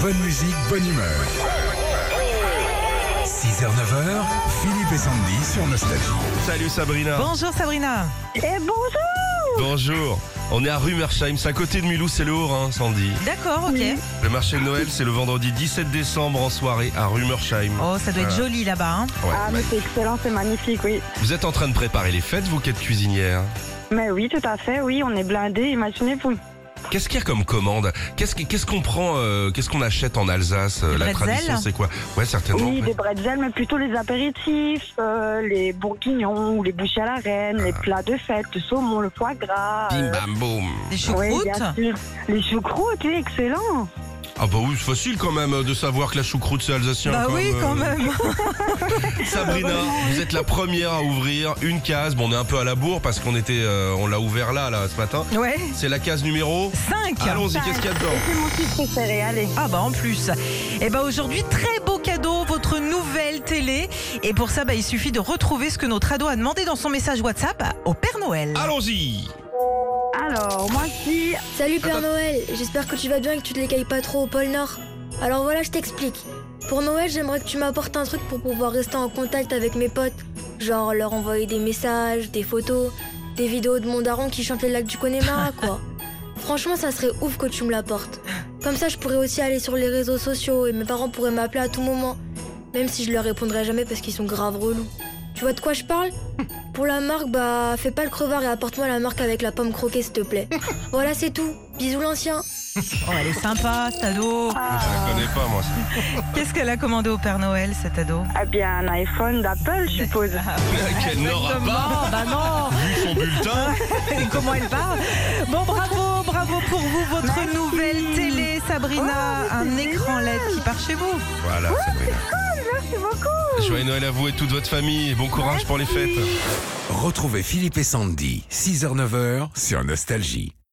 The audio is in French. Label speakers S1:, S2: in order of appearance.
S1: Bonne musique, bonne humeur. 6h-9h, Philippe et Sandy sur Nostalgie.
S2: Salut Sabrina.
S3: Bonjour Sabrina.
S4: Et bonjour.
S2: Bonjour. On est à Rumersheim, c'est à côté de Mulhouse, c'est le Haut-Rhin, Sandy.
S3: D'accord, ok.
S2: Le marché de Noël, c'est le vendredi 17 décembre en soirée à Rumersheim.
S3: Oh, ça doit être joli là-bas. Hein.
S2: Ouais,
S4: Ah, mais c'est excellent, c'est magnifique, oui.
S2: Vous êtes en train de préparer les fêtes, vous qui êtes cuisinière.
S4: Mais oui, tout à fait, oui, on est blindés, imaginez-vous.
S2: Qu'est-ce qu'il y a comme commande? Qu'est-ce qu'on prend, qu'est-ce qu'on achète en Alsace? La
S3: bretzels
S2: tradition, c'est quoi? Ouais, certainement.
S4: Oui,
S2: ouais.
S4: des bretzels, mais plutôt les apéritifs, les bourguignons, ou les bouchées à la reine, les plats de fête, le saumon, le foie gras.
S2: Bim bam boum.
S3: Des
S4: Oui,
S3: choucroutes.
S4: bien sûr. Les choucroutes, oui, excellent.
S2: Ah bah oui, c'est facile quand même de savoir que la choucroute c'est alsacien.
S3: Bah oui, quand même.
S2: Sabrina, vous êtes la première à ouvrir une case. Bon, on est un peu à la bourre parce qu'on était, on l'a ouvert là ce matin.
S3: Ouais.
S2: C'est la case numéro
S3: 5.
S2: Allons-y, qu'est-ce qu'il y a dedans?
S4: C'est mon fils préféré, allez.
S3: Ah bah en plus. Et bah aujourd'hui, très beau cadeau, votre nouvelle télé. Et pour ça, bah, il suffit de retrouver ce que notre ado a demandé dans son message WhatsApp au Père Noël.
S2: Allons-y.
S4: Alors, moi aussi,
S5: Salut Père Noël, j'espère que tu vas bien et que tu te l'écailles pas trop au pôle Nord. Alors voilà, je t'explique. Pour Noël, j'aimerais que tu m'apportes un truc pour pouvoir rester en contact avec mes potes. Genre leur envoyer des messages, des photos, des vidéos de mon daron qui chante les lacs du Connemara, quoi. Franchement, ça serait ouf que tu me l'apportes. Comme ça, je pourrais aussi aller sur les réseaux sociaux et mes parents pourraient m'appeler à tout moment. Même si je leur répondrai jamais parce qu'ils sont grave relous. Tu vois de quoi je parle? Pour la marque, bah fais pas le crevard et apporte-moi la marque avec la pomme croquée s'il te plaît. Voilà, c'est tout. Bisous l'ancien.
S3: Oh, elle est sympa, cette ado.
S2: Je la connais pas moi.
S3: Qu'est-ce qu'elle a commandé au Père Noël, cette ado?
S4: eh bien, un iPhone d'Apple, je suppose.
S2: Qu'elle n'aura pas
S3: Exactement, bah non.
S2: vu son bulletin.
S3: Et comment elle parle? Bon, bravo pour vous, votre nouvelle télé, Sabrina. Un écran LED qui part chez vous.
S2: Voilà, Sabrina.
S4: Merci beaucoup.
S2: Joyeux Noël à vous et toute votre famille et bon courage pour les fêtes.
S1: Retrouvez Philippe et Sandy, 6h-9h sur Nostalgie.